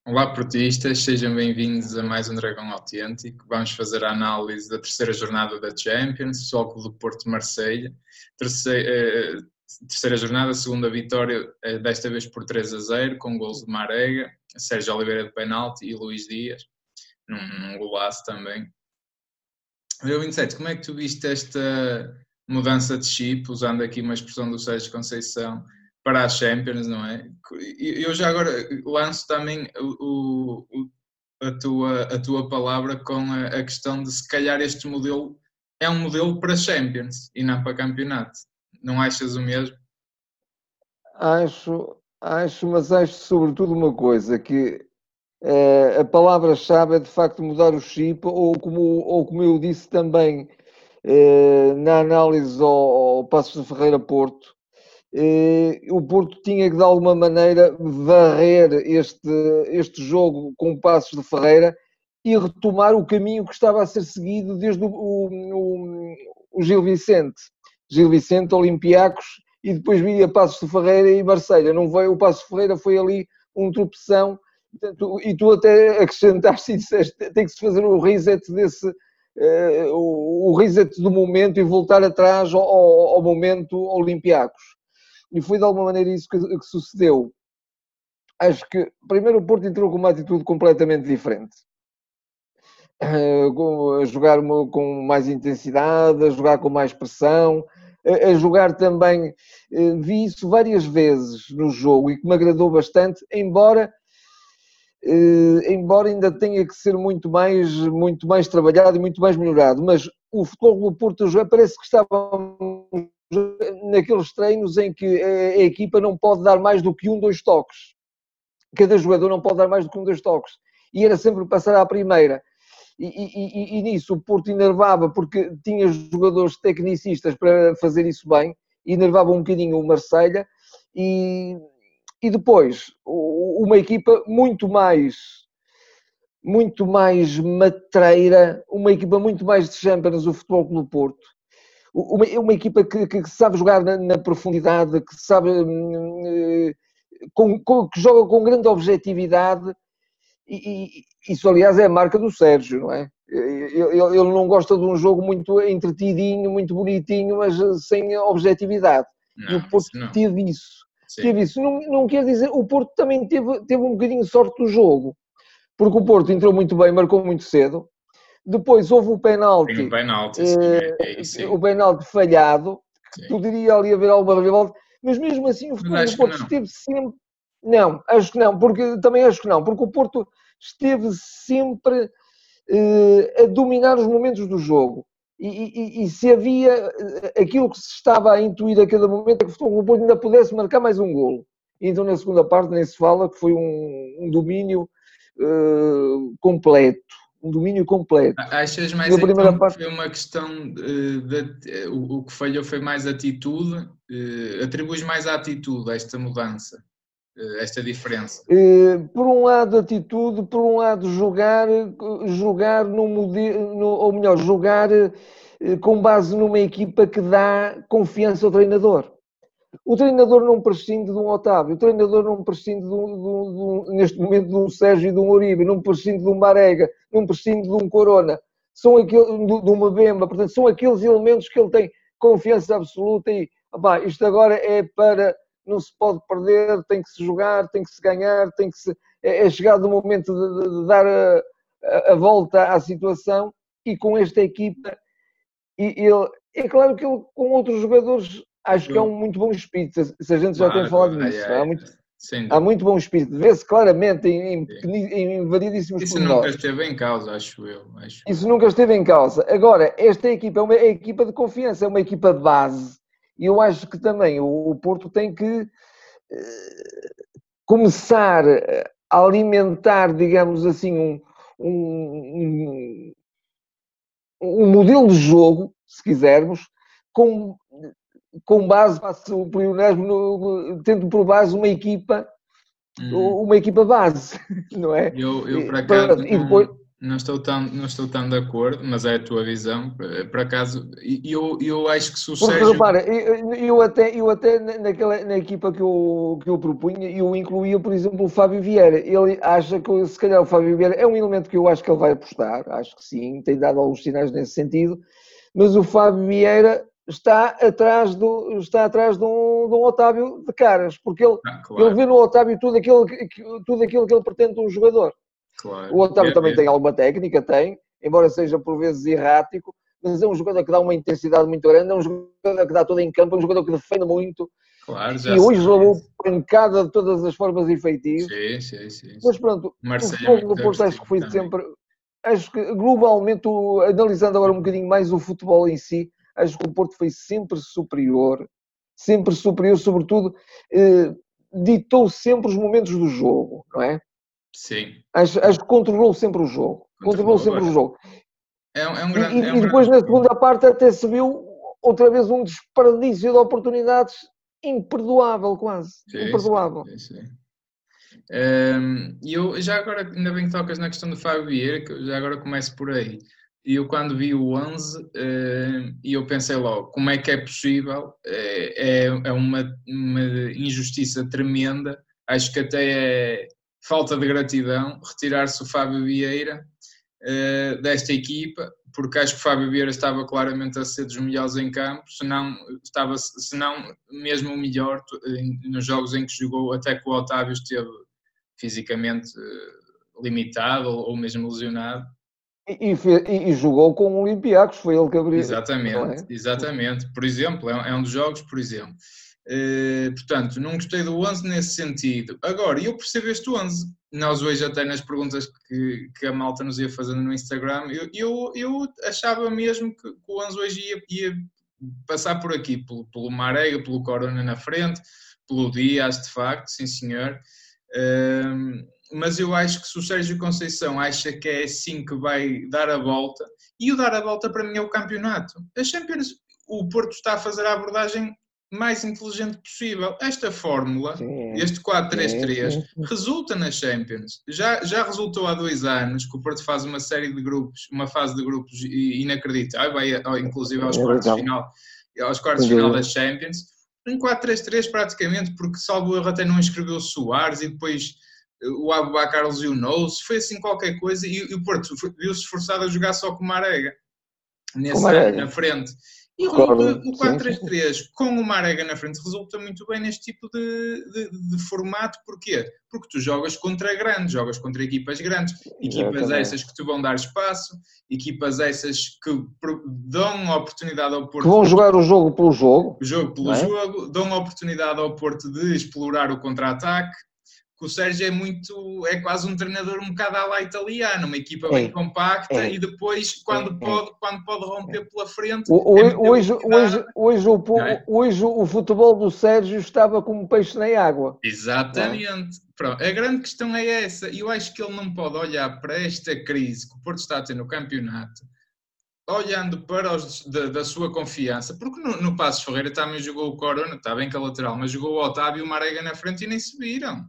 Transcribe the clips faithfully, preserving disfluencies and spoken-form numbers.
Olá, portistas, sejam bem-vindos a mais um Dragão Autêntico. Vamos fazer a análise da terceira jornada da Champions, Futebol Clube do Porto Marselha. Terceira, eh, terceira jornada, segunda vitória, eh, desta vez por três a zero, com gols de Marega, Sérgio Oliveira de penalti e Luís Dias, num, num golaço também. Meu vinte e sete, como é que tu viste esta mudança de chip, usando aqui uma expressão do Sérgio Conceição, para as Champions, não é? Eu já agora lanço também o, o, a, tua, a tua palavra com a, a questão de se calhar este modelo é um modelo para Champions e não para campeonato. Não achas o mesmo? Acho, acho, mas acho sobretudo uma coisa, que uh, a palavra-chave é de facto mudar o chip, ou como, ou como eu disse também uh, na análise ao, ao Passos de Ferreira Porto, uh, o Porto tinha que de alguma maneira varrer este, este jogo com o Passos de Ferreira e retomar o caminho que estava a ser seguido desde o, o, o, o Gil Vicente. Gil Vicente, Olympiacos, e depois viria Passos de Ferreira e Marselha. Não veio, o Passos de Ferreira foi ali um tropeção, e tu até acrescentaste e disseste, tem que se fazer o reset desse, uh, o, o reset do momento e voltar atrás ao, ao momento Olympiacos. E foi de alguma maneira isso que, que sucedeu. Acho que, primeiro, o Porto entrou com uma atitude completamente diferente. Uh, a jogar com mais intensidade, a jogar com mais pressão, a jogar também, vi isso várias vezes no jogo e que me agradou bastante, embora, embora ainda tenha que ser muito mais, muito mais trabalhado e muito mais melhorado, mas o Futebol do Porto parece que estava naqueles treinos em que a equipa não pode dar mais do que um, dois toques. Cada jogador não pode dar mais do que um, dois toques. E era sempre passar à primeira. E, e, e, e nisso o Porto enervava, porque tinha jogadores tecnicistas para fazer isso bem, e enervava um bocadinho o Marselha, e, e depois uma equipa muito mais muito mais matreira, uma equipa muito mais de Champions, o Futebol Clube do Porto, uma, uma equipa que, que sabe jogar na, na profundidade, que sabe com, com, que joga com grande objetividade. E, e isso, aliás, é a marca do Sérgio, não é? Ele, ele não gosta de um jogo muito entretidinho, muito bonitinho, mas sem objetividade. Não, e o Porto isso teve isso. Sim. Teve isso. Não, não quer dizer... O Porto também teve, teve um bocadinho de sorte do jogo, porque o Porto entrou muito bem, marcou muito cedo. Depois houve o penalti. Tem um penalti, eh, sim, é, é, sim. O penalti falhado, que sim. Poderia ali haver alguma revolta, mas mesmo assim o futebol do Porto esteve sempre... Não, acho que não, porque também acho que não, porque o Porto esteve sempre uh, a dominar os momentos do jogo. E, e, e se havia aquilo que se estava a intuir a cada momento, é que o Porto ainda pudesse marcar mais um golo. Então, na segunda parte, nem se fala que foi um, um domínio uh, completo. Um domínio completo. Achas mais na então primeira parte... que foi uma questão de, de, o, o que falhou foi mais atitude? Uh, atribuis mais à atitude a esta mudança? Esta diferença? Por um lado, atitude, por um lado, jogar, jogar no modelo, no, ou melhor, jogar com base numa equipa que dá confiança ao treinador. O treinador não prescinde de um Otávio, o treinador não prescinde de um, de um, de um, neste momento de um Sérgio e de um Uribe, não prescinde de um Marega, não prescinde de um Corona, são aqueles, de uma Bemba, portanto, são aqueles elementos que ele tem confiança absoluta e, opá, isto agora é para... Não se pode perder, tem que se jogar, tem que se ganhar, tem que se... é chegado o momento de, de, de dar a, a, a volta à situação, e com esta equipa, e ele, é claro que ele com outros jogadores acho que é um muito bom espírito, se a gente já claro, tem falado nisso, é, é, há, muito, há muito bom espírito, vê-se claramente em, em, em variedíssimos Isso pormenores. Nunca esteve em causa, acho eu. Acho Isso eu. Nunca esteve em causa. Agora, esta equipa é uma é equipa de confiança, é uma equipa de base. E eu acho que também o Porto tem que uh, começar a alimentar, digamos assim, um, um, um modelo de jogo, se quisermos, com, com base, passo o plionasmo, tendo por base uma equipa, hum. uma equipa base, não é? Eu, eu por acaso, e depois... não estou tão, não estou tão de acordo, mas é a tua visão. Por acaso, eu, eu acho que se o Porque Sérgio... repara, eu, eu até, eu até naquela, na equipa que eu, que eu propunha, eu incluía, por exemplo, o Fábio Vieira. Ele acha que, se calhar, o Fábio Vieira é um elemento que eu acho que ele vai apostar, acho que sim, tem dado alguns sinais nesse sentido, mas o Fábio Vieira está atrás do, está atrás de um, de um Otávio de caras, porque ele, Ah, claro, ele vê no Otávio tudo aquilo, que, tudo aquilo que ele pretende de um jogador. claro. O Otávio É, também é, tem alguma técnica, tem, embora seja por vezes errático, mas é um jogador que dá uma intensidade muito grande, é um jogador que dá todo em campo, é um jogador que defende muito, claro, já e hoje sei levou isso. pancada de todas as formas efetivas. Sim, sim, sim, Mas sim. pronto, O o Marseille é futebol muito do Porto acho que agressivo foi também. sempre, acho que globalmente, analisando agora um bocadinho mais o futebol em si, acho que o Porto foi sempre superior, sempre superior, sobretudo, eh, ditou sempre os momentos do jogo, não é? Sim, Acho, acho que controlou sempre o jogo, controlou controlou. sempre o jogo. É, um- é um E, grande, é e, um e grande depois na jogo. segunda parte até se viu outra vez um desperdício de oportunidades imperdoável, quase, Sim, sim, imperdoável. sim, sim. Um, E eu já agora, ainda bem que tocas na questão do Fábio Vieira, que eu já agora começo por aí. E eu quando vi o onze, uh, e eu pensei logo, como é que é possível? É, é é uma, uma injustiça tremenda, acho que até é falta de gratidão retirar-se o Fábio Vieira uh, desta equipa, porque acho que o Fábio Vieira estava claramente a ser dos melhores em campo, se não, estava, se não mesmo o melhor nos jogos em que jogou, até que o Otávio esteve fisicamente uh, limitado ou, ou mesmo lesionado. E, e, fez, e, e jogou com o Olympiacos, foi ele que abriu, não Exatamente, é? exatamente. Por exemplo, é, é um dos jogos, por exemplo. Uh, portanto, não gostei do onze nesse sentido. Agora, eu percebo este onze. Nós hoje até nas perguntas que, que a malta nos ia fazendo no Instagram, eu, eu, eu achava mesmo que, que o onze hoje ia, ia passar por aqui, pelo, pelo Marega, pelo Corona na frente, pelo Dias, de facto, sim senhor. Uh, mas eu acho que se o Sérgio Conceição acha que é assim que vai dar a volta, e o dar a volta para mim é o campeonato. A Champions, o Porto está a fazer a abordagem mais inteligente possível. Esta fórmula, Sim, este quatro três sim, três, sim, sim. resulta na Champions. Já, já resultou há dois anos que o Porto faz uma série de grupos, uma fase de grupos inacreditável, vai inclusive aos quartos de final, aos quartos de final da Champions. Em quatro três três praticamente, porque salvo erro até não inscreveu o Soares e depois o Aboubakar lesionou-se, foi assim qualquer coisa, e, e o Porto viu-se forçado a jogar só com o Marega, nesse ano, na frente. E Recordo, o sim, quatro sim. três três com o Marega na frente resulta muito bem neste tipo de, de, de formato. Porquê? Porque tu jogas contra grandes, jogas contra equipas grandes, equipas Exatamente. essas que te vão dar espaço, equipas essas que dão a oportunidade ao Porto... Que vão jogar o jogo pelo jogo. O jogo pelo é? jogo, dão a oportunidade ao Porto de explorar o contra-ataque, que o Sérgio é muito, é quase um treinador um bocado à lá italiano, uma equipa bem é, compacta é, e depois quando, é, pode, quando pode romper é. pela frente... Hoje, é hoje, hoje, hoje, o, é? hoje o futebol do Sérgio estava como peixe na água. Exatamente. É? Pronto, a grande questão é essa, e eu acho que ele não pode olhar para esta crise que o Porto está a ter no campeonato, olhando para os da, da sua confiança, porque no, no Passos Ferreira também jogou o Corona, está bem que é lateral, mas jogou o Otávio e o Marega na frente e nem se viram.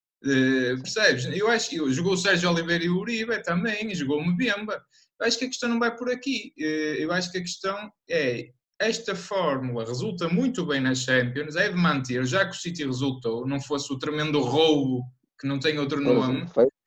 Uh, percebes? Eu acho que jogou o Sérgio Oliveira e o Uribe também, jogou o Mbemba. Eu acho que a questão não vai por aqui. Uh, eu acho que a questão é esta fórmula resulta muito bem nas Champions, é de manter, já que o City resultou, não fosse o tremendo roubo que não tem outro nome.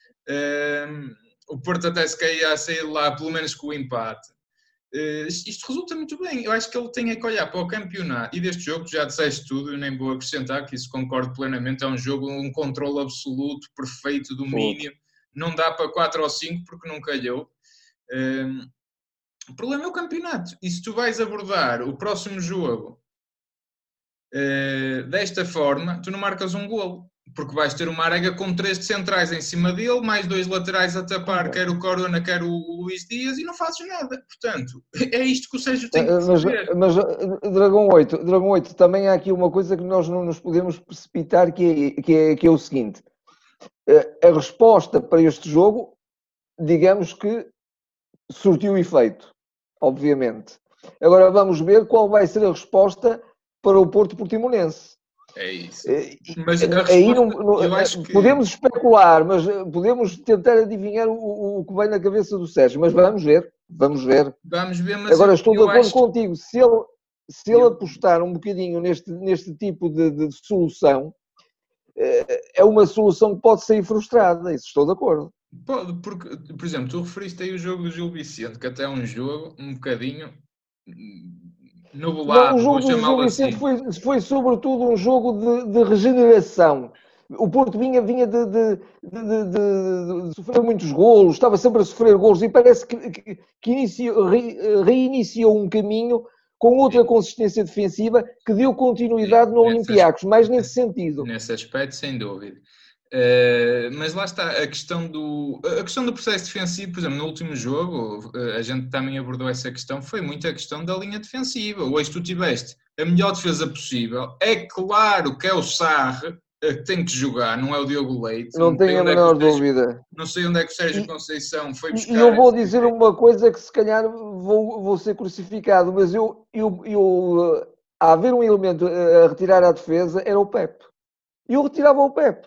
Uh, o Porto até se caía a sair lá, pelo menos com o empate. Uh, isto resulta muito bem. Eu acho que ele tem que olhar para o campeonato. E deste jogo, já disseste tudo, eu nem vou acrescentar, que isso concordo plenamente. É um jogo, um controle absoluto, perfeito, domínio. Não dá para quatro ou cinco porque não calhou. Uh, o problema é o campeonato. E se tu vais abordar o próximo jogo uh, desta forma, tu não marcas um golo. Porque vais ter uma Marega com três de centrais em cima dele, mais dois laterais a tapar, quer o Corona, quer o Luís Dias, e não fazes nada. Portanto, é isto que o Sérgio tem que fazer. Mas, mas Dragão oito, Dragão oito, também há aqui uma coisa que nós não nos podemos precipitar, que é, que é, que é o seguinte. A resposta para este jogo, digamos que surtiu efeito, obviamente. Agora vamos ver qual vai ser a resposta para o Porto Portimonense. É isso. Eh, Mas a Aí resposta, não, não- eu acho que... podemos especular, mas eh, podemos tentar adivinhar o, o- o que vem na cabeça do Sérgio, mas vamos ver, vamos ver. Vamos ver, mas eu, Agora estou de eu acordo acho que... contigo, se ele, se ele Eu, apostar um bocadinho neste, neste tipo de, de solução, eh, é uma solução que pode sair frustrada, isso estou de acordo. pode, porque, por exemplo, tu referiste aí o jogo do Gil Vicente, que até é um jogo um bocadinho Não, o nublado, vou jogo do Gil chamá-lo Vicente assim. foi, foi sobretudo um jogo de, de regeneração. O Porto vinha, vinha de, de, de, de, de sofrer muitos golos, estava sempre a sofrer golos e parece que, que, que iniciou, re, reiniciou um caminho com outra Sim, consistência defensiva que deu sim, continuidade no nesse, Olympiacos, mais nesse nesse, sentido. nesse aspecto, sem dúvida. Uh, mas lá está a questão do a questão do processo defensivo, por exemplo, no último jogo a gente também abordou essa questão, foi muito a questão da linha defensiva. Hoje tu tiveste a melhor defesa possível, é claro que é o Sarre que tem que jogar, não é o Diogo Leite, Não não sei tenho a onde é que o menor Sérgio, dúvida. não sei onde é que o Sérgio E, Conceição foi e buscar eu vou essa dizer ideia. uma coisa que se calhar vou, vou ser crucificado, mas eu, eu, eu a haver um elemento a retirar à defesa era o Pepe. Eu retirava o Pepe.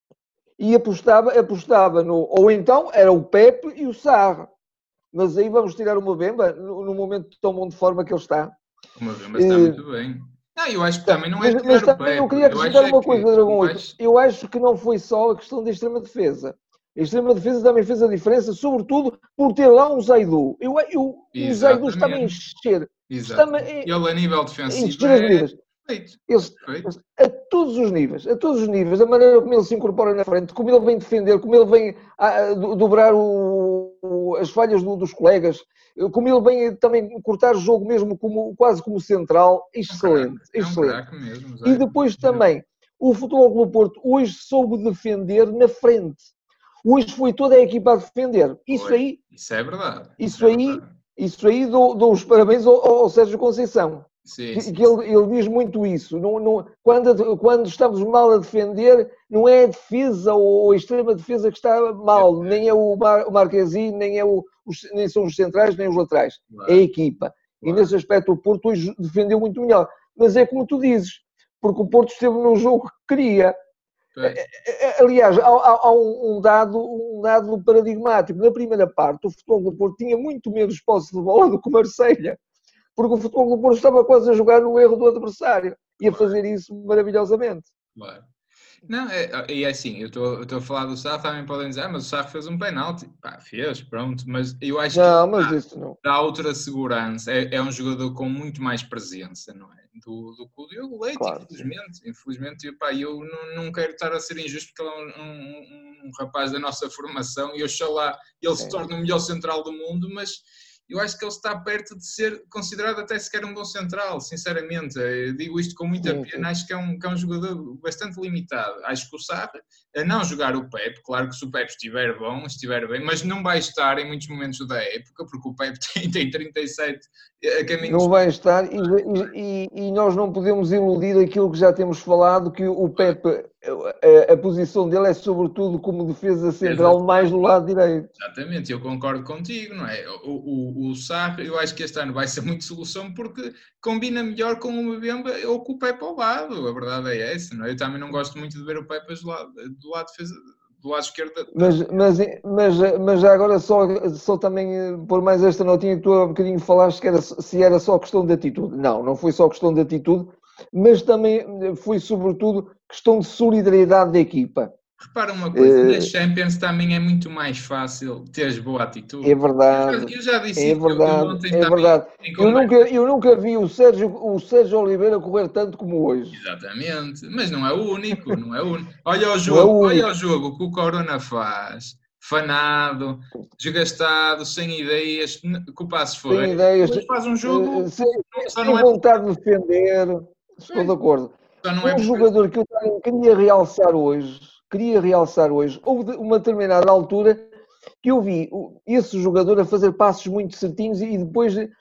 E apostava, apostava no. Ou então era o Pepe e o Sarra. Mas aí vamos tirar o Mbemba no, no momento tão bom de forma que ele está. Uma vez, mas está muito bem. Não, eu acho que também não é Mas, mas tirar o também eu Pepe, queria eu acho acrescentar é uma coisa, que Dragão eu oito. acho, Eu acho que não foi só a questão da extrema defesa. A extrema defesa também fez a diferença, sobretudo por ter lá um Zaidu. Eu, eu, o Zaidu está-me a exatamente. encher. Exato. Está-me a, Ele a nível a defensivo encher as é medidas. perfeito. Eles, Perfeito. eles, a todos os níveis, a todos os níveis, a maneira como ele se incorpora na frente, como ele vem defender, como ele vem a, a, dobrar o, o, as falhas do, dos colegas, como ele vem também cortar o jogo mesmo como, quase como central, É um craque. excelente, É um excelente. craque mesmo, E Zé. depois também, o Futebol Clube do Porto hoje soube defender na frente. Hoje foi toda a equipa a defender. Isso Foi. aí, Isso é verdade. Isso isso é aí, verdade. isso aí dou, dou os parabéns ao, ao Sérgio Conceição. Sim, Que, sim, que sim. ele, ele diz muito isso. Não, não, quando, quando estamos mal a defender, não é a defesa ou a extrema defesa que está mal, nem é o, Mar, o Marquezinho, nem, é o, os, nem são os centrais, nem os laterais. É a Claro, equipa. E claro. nesse aspecto o Porto hoje defendeu muito melhor. Mas é como tu dizes, porque o Porto esteve no jogo que queria. Pois. Aliás, há, há um, dado, um dado paradigmático. Na primeira parte, o Futebol do Porto tinha muito menos posse de bola do que o Marselha, porque o Futebol do Porto estava quase a jogar no erro do adversário e a Claro, fazer isso maravilhosamente. claro. Não, é, e é assim, eu estou a falar do Sarro, também podem dizer, ah, mas o Sarro fez um penalti. Pá, fez, pronto, mas eu acho que Não, mas isso não. dá outra segurança. É, é um jogador com muito mais presença, não é? Do, do que o Diogo Leite, Claro, sim. infelizmente. Infelizmente, pá, eu não, não quero estar a ser injusto porque ele é um, um, um rapaz da nossa formação e oxalá ele se Sim. torne o melhor central do mundo, mas eu acho que ele está perto de ser considerado até sequer um bom central, sinceramente. Eu digo isto com muita Sim, pena, sim. acho que é um, que é um jogador bastante limitado. Acho que o Sarra, a não jogar o Pepe, claro que se o Pepe estiver bom, estiver bem, mas não vai estar em muitos momentos da época, porque o Pepe tem, tem trinta e sete a caminho Não dos vai estar e, e, e, nós não podemos iludir aquilo que já temos falado, que o Pepe, a, a posição dele é sobretudo como defesa central mais do lado direito. Exatamente, eu concordo contigo, não é? O, o, o Sarra, eu acho que este ano vai ser muito solução porque combina melhor com o Mbemba ou com o Pepe ao lado, a verdade é essa, não é? Eu também não gosto muito de ver o Pepe do lado, do lado defesa, do lado esquerdo. Da... Mas, mas, mas, mas já agora só, só também por mais esta notinha que tu há um bocadinho falaste que era, se era só questão de atitude. Não, não foi só questão de atitude, mas também foi sobretudo questão de solidariedade da equipa. Repara uma coisa, uh, nas Champions também é muito mais fácil teres boa atitude. É verdade. Eu já, eu já disse é isso, verdade, eu, eu ontem é também verdade. Eu nunca, eu nunca vi o Sérgio, o Sérgio Oliveira correr tanto como hoje. Exatamente, mas não é o único, não é o único. Olha o jogo, é o olha o jogo que o Corona faz, fanado, desgastado, sem ideias, que o Passos foi. Sem ideias, Depois faz um jogo, sem, só sem não é vontade de defender, estou de acordo. Só não Um é jogador que eu também queria realçar hoje, queria realçar hoje, houve uma determinada altura que eu vi esse jogador a fazer passos muito certinhos e depois uh,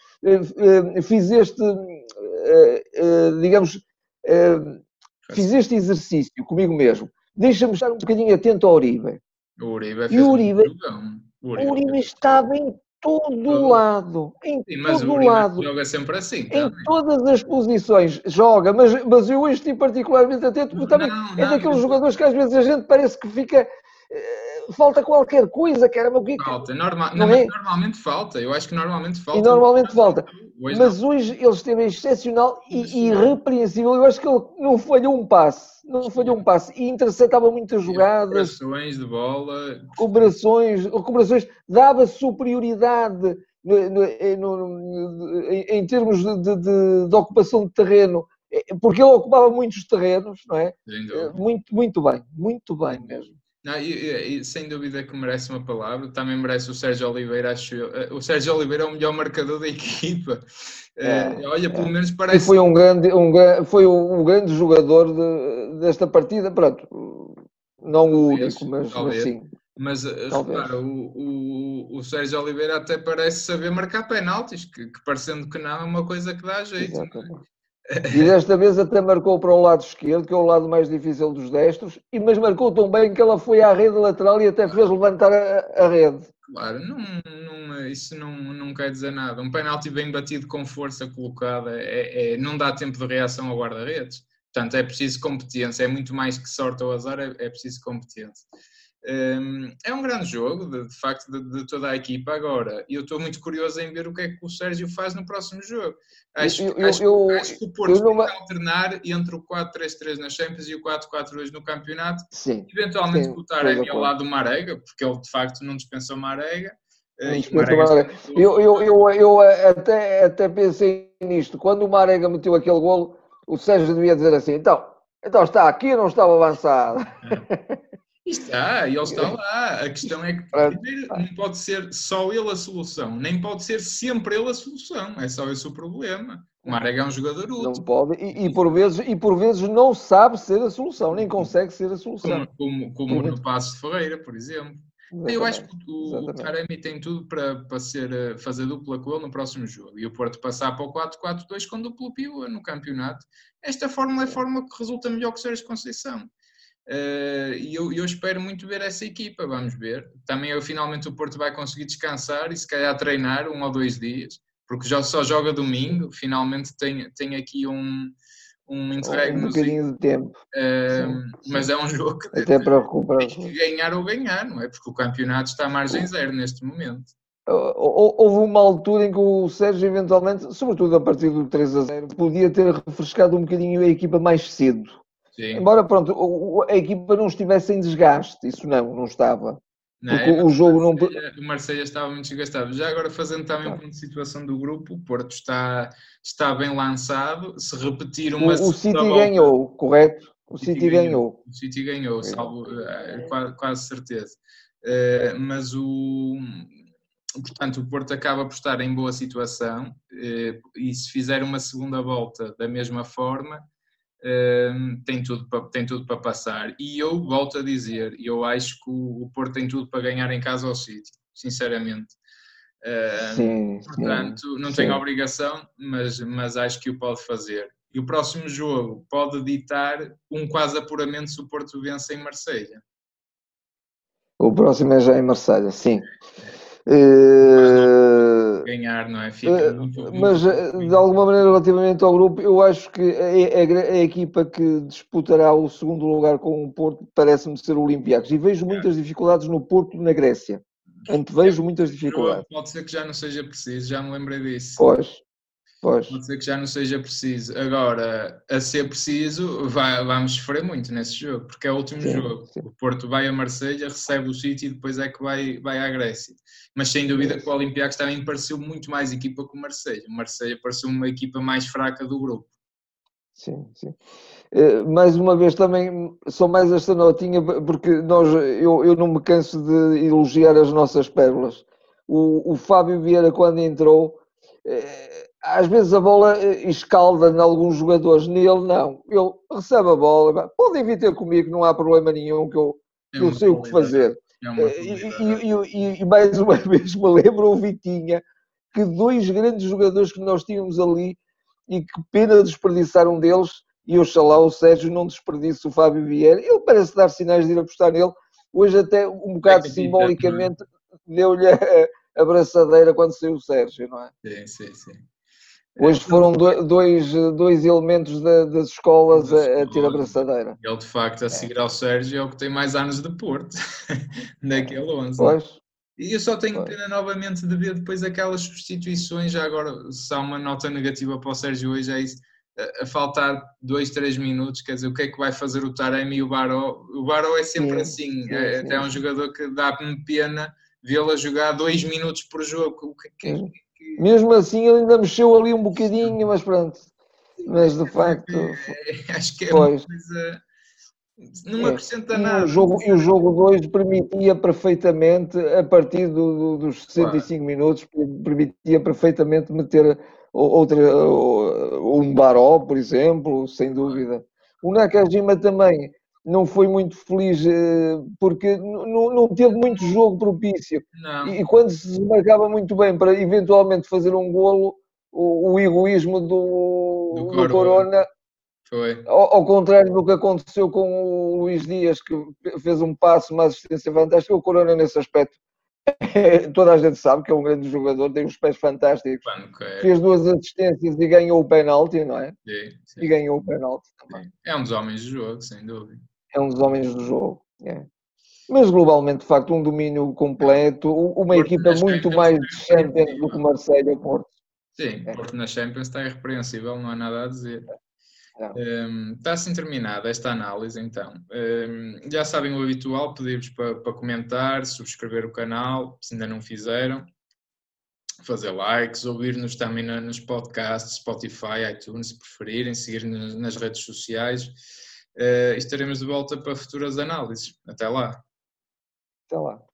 uh, fiz este, uh, uh, digamos, uh, fiz este exercício comigo mesmo. Deixa-me estar um bocadinho atento ao Uribe. O Uribe e o Uribe, um o Uribe estava em todo o lado, em Sim, mas todo o o Uribe lado, joga sempre assim em também. todas as posições, joga, mas, mas eu este tipo particularmente atento, porque também Não, é não, daqueles eu- jogadores que às vezes a gente parece que fica, eh, falta qualquer coisa, caramba, o que é que- falta. Norma, não, não mas é? normalmente falta. Eu acho que normalmente E falta. Hoje normalmente não falta. faltou. Hoje não. Mas hoje ele esteve excepcional e Mas, irrepreensível. Eu acho que ele não falhou um passe. Não falhou um passe. E interceptava muitas jogadas, recuperações de bola. recuperações, recuperações, dava superioridade no, no, no, em, em termos de, de, de, de ocupação de terreno, porque ele ocupava muitos terrenos, não é? Sem dúvida. Muito, muito bem, muito bem mesmo. Não, e, e, sem dúvida que merece uma palavra. Também merece o Sérgio Oliveira, acho eu. O Sérgio Oliveira é o melhor marcador da equipa. É, Uh, olha, pelo é. menos E parece. foi um grande, um, foi um grande jogador de, desta partida. Pronto, não o único, Talvez, mas, mas talvez. sim. Mas uh, Talvez. repara, o, o, o Sérgio Oliveira até parece saber marcar penaltis, que, que parecendo que não é uma coisa que dá jeito. Exatamente. E desta vez até marcou para o lado esquerdo, que é o lado mais difícil dos destros, e, mas marcou tão bem que ela foi à rede lateral e até fez levantar a, a rede. Claro, não, não, isso não, não quer dizer nada. Um penalti bem batido com força colocada é, é, não dá tempo de reação ao guarda-redes. Portanto, é preciso competência, é muito mais que sorte ou azar, é, é preciso competência. Um, é um grande jogo, de, de facto, de, de toda a equipa. Agora, eu estou muito curioso em ver o que é que o Sérgio faz no próximo jogo. Acho, Eu, eu, acho, eu, acho que o Porto tem numa... que alternar entre o quatro três três na Champions e o quatro quatro dois no campeonato. Sim, Eventualmente sim, com o Taremi ao lado do Marega, porque ele de facto não dispensou Marega. Não E o Marega eu, eu, eu, eu até, até pensei nisto. Quando o Marega meteu aquele golo, o Sérgio devia dizer assim: então, então está aqui ou não estava avançado? Está, ele está lá. A questão é que, primeiro, não pode ser só ele a solução, nem pode ser sempre ele a solução. É só esse o problema. O Marega é um jogador útil. Não pode, e, e, por vezes, e por vezes não sabe ser a solução, nem consegue ser a solução. Como, como, como no Paço de Ferreira, por exemplo. Exatamente. Eu acho que o, o Taremi tem tudo para, para ser, fazer dupla com ele no próximo jogo. E o Porto passar para o quatro quatro dois com duplo pivô no campeonato. Esta fórmula é a fórmula que resulta melhor que o Sérgio Conceição. Uh, e eu, eu espero muito ver essa equipa, vamos ver. Também eu, finalmente o Porto vai conseguir descansar e se calhar treinar um ou dois dias, porque já só joga domingo, finalmente tem, tem aqui um, um interregno. Um bocadinho de tempo. Uh, sim, mas sim. É um jogo que até para recuperar. Tem que ganhar ou ganhar, não é? Porque o campeonato está à margem zero neste momento. Houve uma altura em que o Sérgio eventualmente, sobretudo a partir do três a zero, podia ter refrescado um bocadinho a equipa mais cedo. Sim. Embora, pronto, a equipa não estivesse em desgaste, isso não, não estava. Não, porque é, o jogo o Marseille, não... O Marseille estava muito desgastado. Já agora, fazendo também um ponto de situação do grupo, o Porto está, está bem lançado. Se repetir uma O, o City volta, ganhou, correto? O City, City ganhou. ganhou. O City ganhou, salvo, quase, quase certeza. Uh, mas o... Portanto, o Porto acaba por estar em boa situação uh, e se fizer uma segunda volta da mesma forma, uh, tem, tudo para, tem tudo para passar. E eu volto a dizer, eu acho que o, o Porto tem tudo para ganhar em casa ao City, sinceramente. Uh, sim, portanto, sim, não sim. tem obrigação, mas, mas acho que o pode fazer. E o próximo jogo pode ditar um quase apuramento se o Porto vence em Marselha. O próximo é já em Marselha, sim. Uh, ganhar, não é? Fica muito, muito mas, muito de alguma maneira, relativamente ao grupo, eu acho que a, a, a equipa que disputará o segundo lugar com o Porto parece-me ser o Olympiacos. E vejo muitas dificuldades no Porto na Grécia. Antevejo muitas dificuldades. Pode ser que já não seja preciso, já me lembrei disso. Pois. Pois. Pode ser que já não seja preciso. Agora, a ser preciso, vai, vamos sofrer muito nesse jogo, porque é o último sim, jogo. Sim. O Porto vai a Marselha, recebe o City e depois é que vai, vai à Grécia. Mas sem dúvida que o Olympiacos também pareceu muito mais equipa que o Marselha. O Marselha pareceu uma equipa mais fraca do grupo. Sim, sim. Uh, mais uma vez também, só mais esta notinha, porque nós, eu, eu não me canso de elogiar as nossas pérolas. O, o Fábio Vieira, quando entrou, uh, às vezes a bola escalda em alguns jogadores, nele não. Ele recebe a bola, podem vir ter comigo, não há problema nenhum, que eu, é eu sei o que fazer. É e, e, e, e mais uma vez me lembro o Vitinha, que dois grandes jogadores que nós tínhamos ali, e que pena desperdiçar um deles, e oxalá o Sérgio não desperdice o Fábio Vieira. Ele parece dar sinais de ir apostar nele. Hoje até um bocado é simbolicamente deu-lhe a, abraçadeira quando saiu o Sérgio, não é? Sim, sim, sim. Hoje foram dois, dois elementos da, das escolas das a, a ter abraçadeira. Ele, de facto, a seguir ao Sérgio, é o que tem mais anos de Porto, naquele onze. Pois. E eu só tenho pena novamente de ver depois aquelas substituições, já agora, se há uma nota negativa para o Sérgio hoje, é isso, a, a faltar dois, três minutos, quer dizer, o que é que vai fazer o Taremi e o Baró? O Baró é sempre sim, assim, sim, é sim, até sim. um jogador que dá-me pena vê-lo a jogar dois minutos por jogo. O que, que, que... Mesmo assim ele ainda mexeu ali um bocadinho, mas pronto. Mas de facto... É, acho que é pois. uma coisa... Não acrescenta é. nada. E o jogo, e o jogo dois permitia perfeitamente, a partir do, do, dos sessenta e cinco claro. minutos, permitia perfeitamente meter outra, um Baró, por exemplo, sem dúvida. O Nakajima também não foi muito feliz porque não, não teve muito jogo propício. Não. E quando se marcava muito bem para eventualmente fazer um golo, o, o egoísmo do, do, do Corona... Foi. Ao, ao contrário do que aconteceu com o Luís Dias, que fez um passo, uma assistência fantástica, o Corona nesse aspecto, toda a gente sabe que é um grande jogador, tem uns pés fantásticos, fez duas assistências e ganhou o penalti, não é? Sim, sim. E ganhou o penalti também. Sim. É um dos homens do jogo, sem dúvida. É um dos homens do jogo, é. Mas globalmente, de facto, um domínio completo, uma Porto equipa muito Champions mais de Champions do que o Marseille Porto. Sim, é. Porto na Champions está irrepreensível, não há nada a dizer. Um, está assim terminada esta análise, então. Um, já sabem o habitual, pedir-vos para, para comentar, subscrever o canal, se ainda não fizeram, fazer likes, ouvir-nos também na, nos podcasts, Spotify, iTunes, se preferirem, seguir-nos nas redes sociais. Uh, estaremos de volta para futuras análises. Até lá. Até lá.